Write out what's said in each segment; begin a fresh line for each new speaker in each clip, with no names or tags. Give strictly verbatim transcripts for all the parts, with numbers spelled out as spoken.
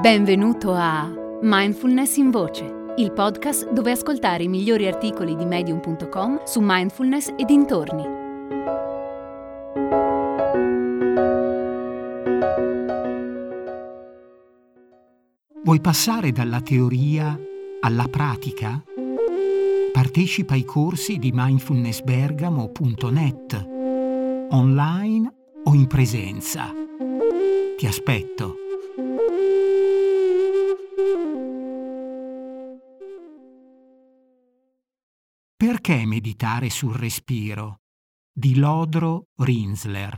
Benvenuto a Mindfulness in Voce, il podcast dove ascoltare i migliori articoli di medium punto com su mindfulness e dintorni.
Vuoi passare dalla teoria alla pratica? Partecipa ai corsi di mindfulness bergamo punto net, online o in presenza. Ti aspetto. Perché meditare sul respiro? Di Lodro Rinzler.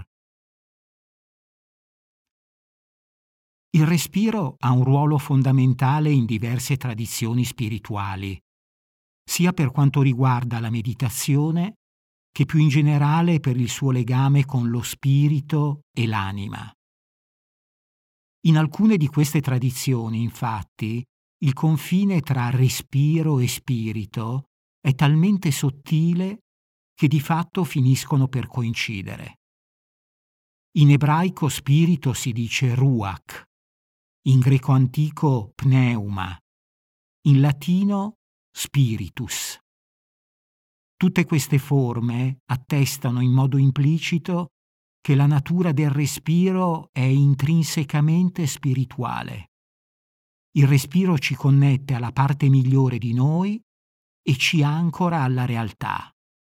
Il respiro ha un ruolo fondamentale in diverse tradizioni spirituali, sia per quanto riguarda la meditazione che più in generale per il suo legame con lo spirito e l'anima. In alcune di queste tradizioni, infatti, il confine tra respiro e spirito è talmente sottile che di fatto finiscono per coincidere. In ebraico spirito si dice ruach, in greco antico pneuma, in latino spiritus. Tutte queste forme attestano in modo implicito che la natura del respiro è intrinsecamente spirituale. Il respiro ci connette alla parte migliore di noi e ci ancora alla realtà.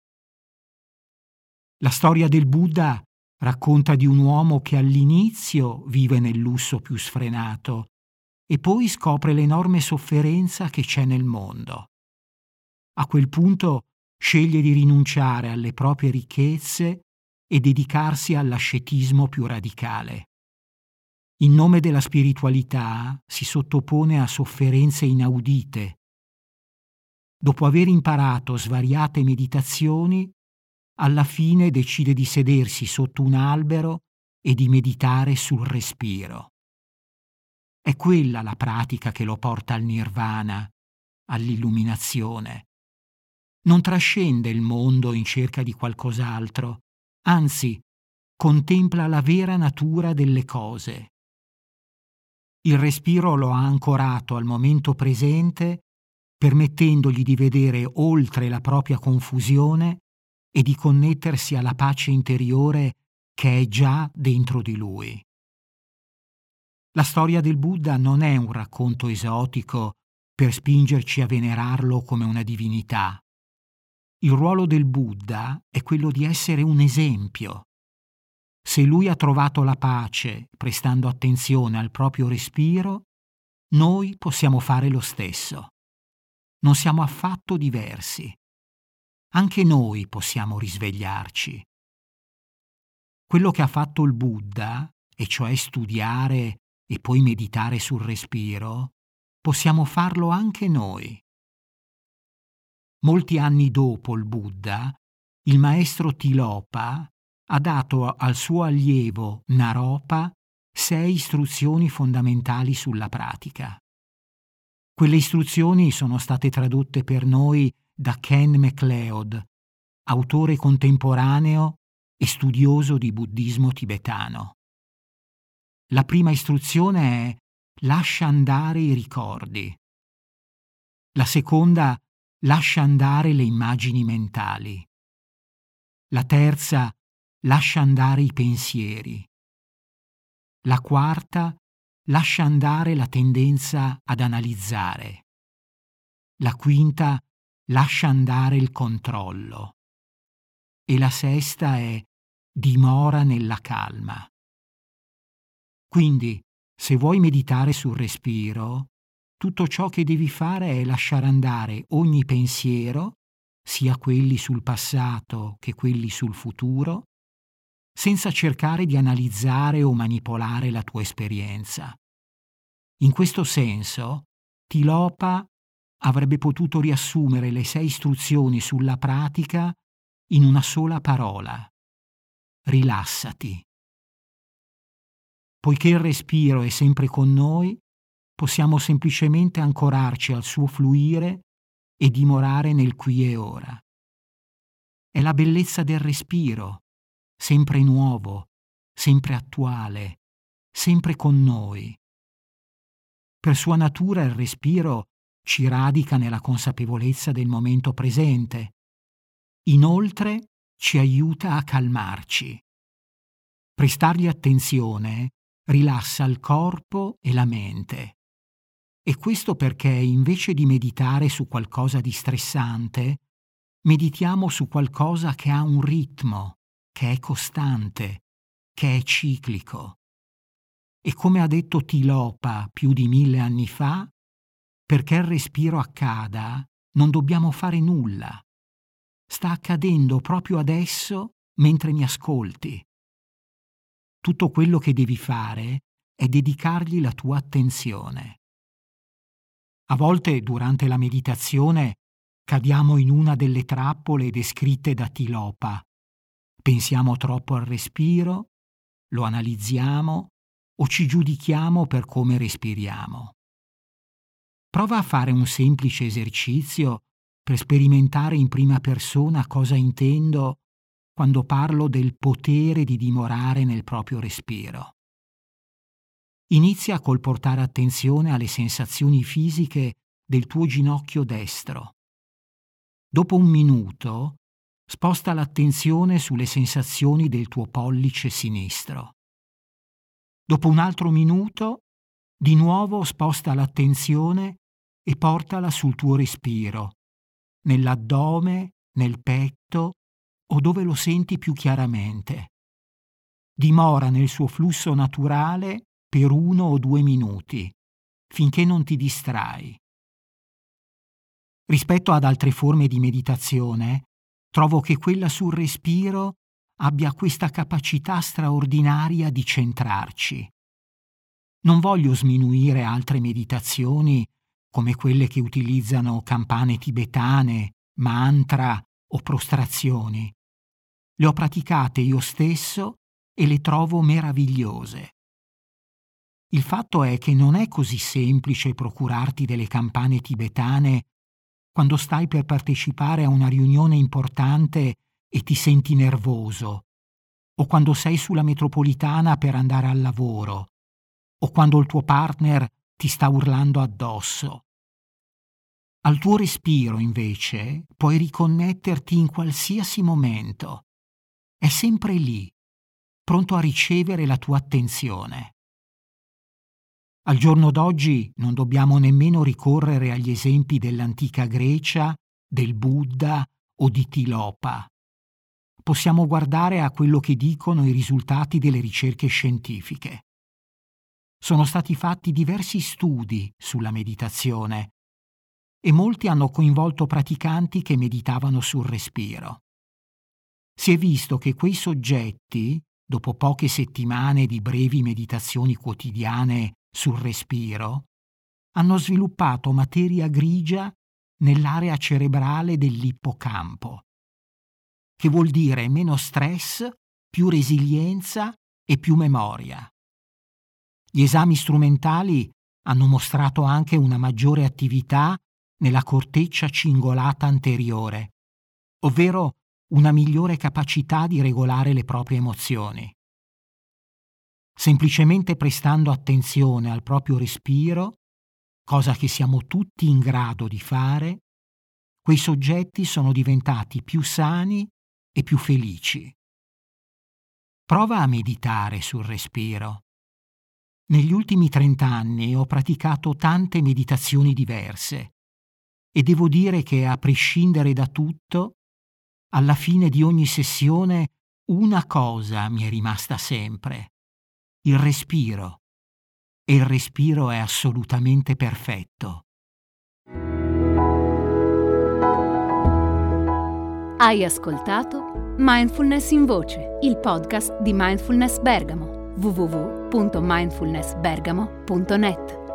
La storia del Buddha racconta di un uomo che all'inizio vive nel lusso più sfrenato e poi scopre l'enorme sofferenza che c'è nel mondo. A quel punto sceglie di rinunciare alle proprie ricchezze e dedicarsi all'ascetismo più radicale. In nome della spiritualità si sottopone a sofferenze inaudite. Dopo aver imparato svariate meditazioni, alla fine decide di sedersi sotto un albero e di meditare sul respiro. È quella la pratica che lo porta al nirvana, all'illuminazione. Non trascende il mondo in cerca di qualcos'altro, anzi, contempla la vera natura delle cose. Il respiro lo ha ancorato al momento presente, permettendogli di vedere oltre la propria confusione e di connettersi alla pace interiore che è già dentro di lui. La storia del Buddha non è un racconto esotico per spingerci a venerarlo come una divinità. Il ruolo del Buddha è quello di essere un esempio. Se lui ha trovato la pace prestando attenzione al proprio respiro, noi possiamo fare lo stesso. Non siamo affatto diversi. Anche noi possiamo risvegliarci. Quello che ha fatto il Buddha, e cioè studiare e poi meditare sul respiro, possiamo farlo anche noi. Molti anni dopo il Buddha, il maestro Tilopa ha dato al suo allievo Naropa sei istruzioni fondamentali sulla pratica. Quelle istruzioni sono state tradotte per noi da Ken MacLeod, autore contemporaneo e studioso di buddismo tibetano. La prima istruzione è lascia andare i ricordi. La seconda lascia andare le immagini mentali. La terza lascia andare i pensieri. La quarta lascia andare la tendenza ad analizzare. La quinta lascia andare il controllo. E la sesta è dimora nella calma. Quindi, se vuoi meditare sul respiro, tutto ciò che devi fare è lasciare andare ogni pensiero, sia quelli sul passato che quelli sul futuro, senza cercare di analizzare o manipolare la tua esperienza. In questo senso, Tilopa avrebbe potuto riassumere le sei istruzioni sulla pratica in una sola parola: rilassati. Poiché il respiro è sempre con noi, possiamo semplicemente ancorarci al suo fluire e dimorare nel qui e ora. È la bellezza del respiro, sempre nuovo, sempre attuale, sempre con noi. Per sua natura il respiro ci radica nella consapevolezza del momento presente. Inoltre ci aiuta a calmarci. Prestargli attenzione rilassa il corpo e la mente. E questo perché invece di meditare su qualcosa di stressante, meditiamo su qualcosa che ha un ritmo, che è costante, che è ciclico. E come ha detto Tilopa più di mille anni fa, perché il respiro accada, non dobbiamo fare nulla. Sta accadendo proprio adesso mentre mi ascolti. Tutto quello che devi fare è dedicargli la tua attenzione. A volte, durante la meditazione, cadiamo in una delle trappole descritte da Tilopa. Pensiamo troppo al respiro, lo analizziamo o ci giudichiamo per come respiriamo. Prova a fare un semplice esercizio per sperimentare in prima persona cosa intendo quando parlo del potere di dimorare nel proprio respiro. Inizia col portare attenzione alle sensazioni fisiche del tuo ginocchio destro. Dopo un minuto, sposta l'attenzione sulle sensazioni del tuo pollice sinistro. Dopo un altro minuto, di nuovo sposta l'attenzione e portala sul tuo respiro, nell'addome, nel petto o dove lo senti più chiaramente. Dimora nel suo flusso naturale per uno o due minuti, finché non ti distrai. Rispetto ad altre forme di meditazione, trovo che quella sul respiro abbia questa capacità straordinaria di centrarci. Non voglio sminuire altre meditazioni come quelle che utilizzano campane tibetane, mantra o prostrazioni. Le ho praticate io stesso e le trovo meravigliose. Il fatto è che non è così semplice procurarti delle campane tibetane quando stai per partecipare a una riunione importante e ti senti nervoso, o quando sei sulla metropolitana per andare al lavoro, o quando il tuo partner ti sta urlando addosso. Al tuo respiro, invece, puoi riconnetterti in qualsiasi momento. È sempre lì, pronto a ricevere la tua attenzione. Al giorno d'oggi non dobbiamo nemmeno ricorrere agli esempi dell'antica Grecia, del Buddha o di Tilopa. Possiamo guardare a quello che dicono i risultati delle ricerche scientifiche. Sono stati fatti diversi studi sulla meditazione e molti hanno coinvolto praticanti che meditavano sul respiro. Si è visto che quei soggetti, dopo poche settimane di brevi meditazioni quotidiane sul respiro, hanno sviluppato materia grigia nell'area cerebrale dell'ippocampo, che vuol dire meno stress, più resilienza e più memoria. Gli esami strumentali hanno mostrato anche una maggiore attività nella corteccia cingolata anteriore, ovvero una migliore capacità di regolare le proprie emozioni. Semplicemente prestando attenzione al proprio respiro, cosa che siamo tutti in grado di fare, quei soggetti sono diventati più sani e più felici. Prova a meditare sul respiro. Negli ultimi trent'anni ho praticato tante meditazioni diverse e devo dire che, a prescindere da tutto, alla fine di ogni sessione una cosa mi è rimasta sempre: il respiro. E il respiro è assolutamente perfetto.
Hai ascoltato Mindfulness in Voce, il podcast di Mindfulness Bergamo. w w w punto mindfulness bergamo punto net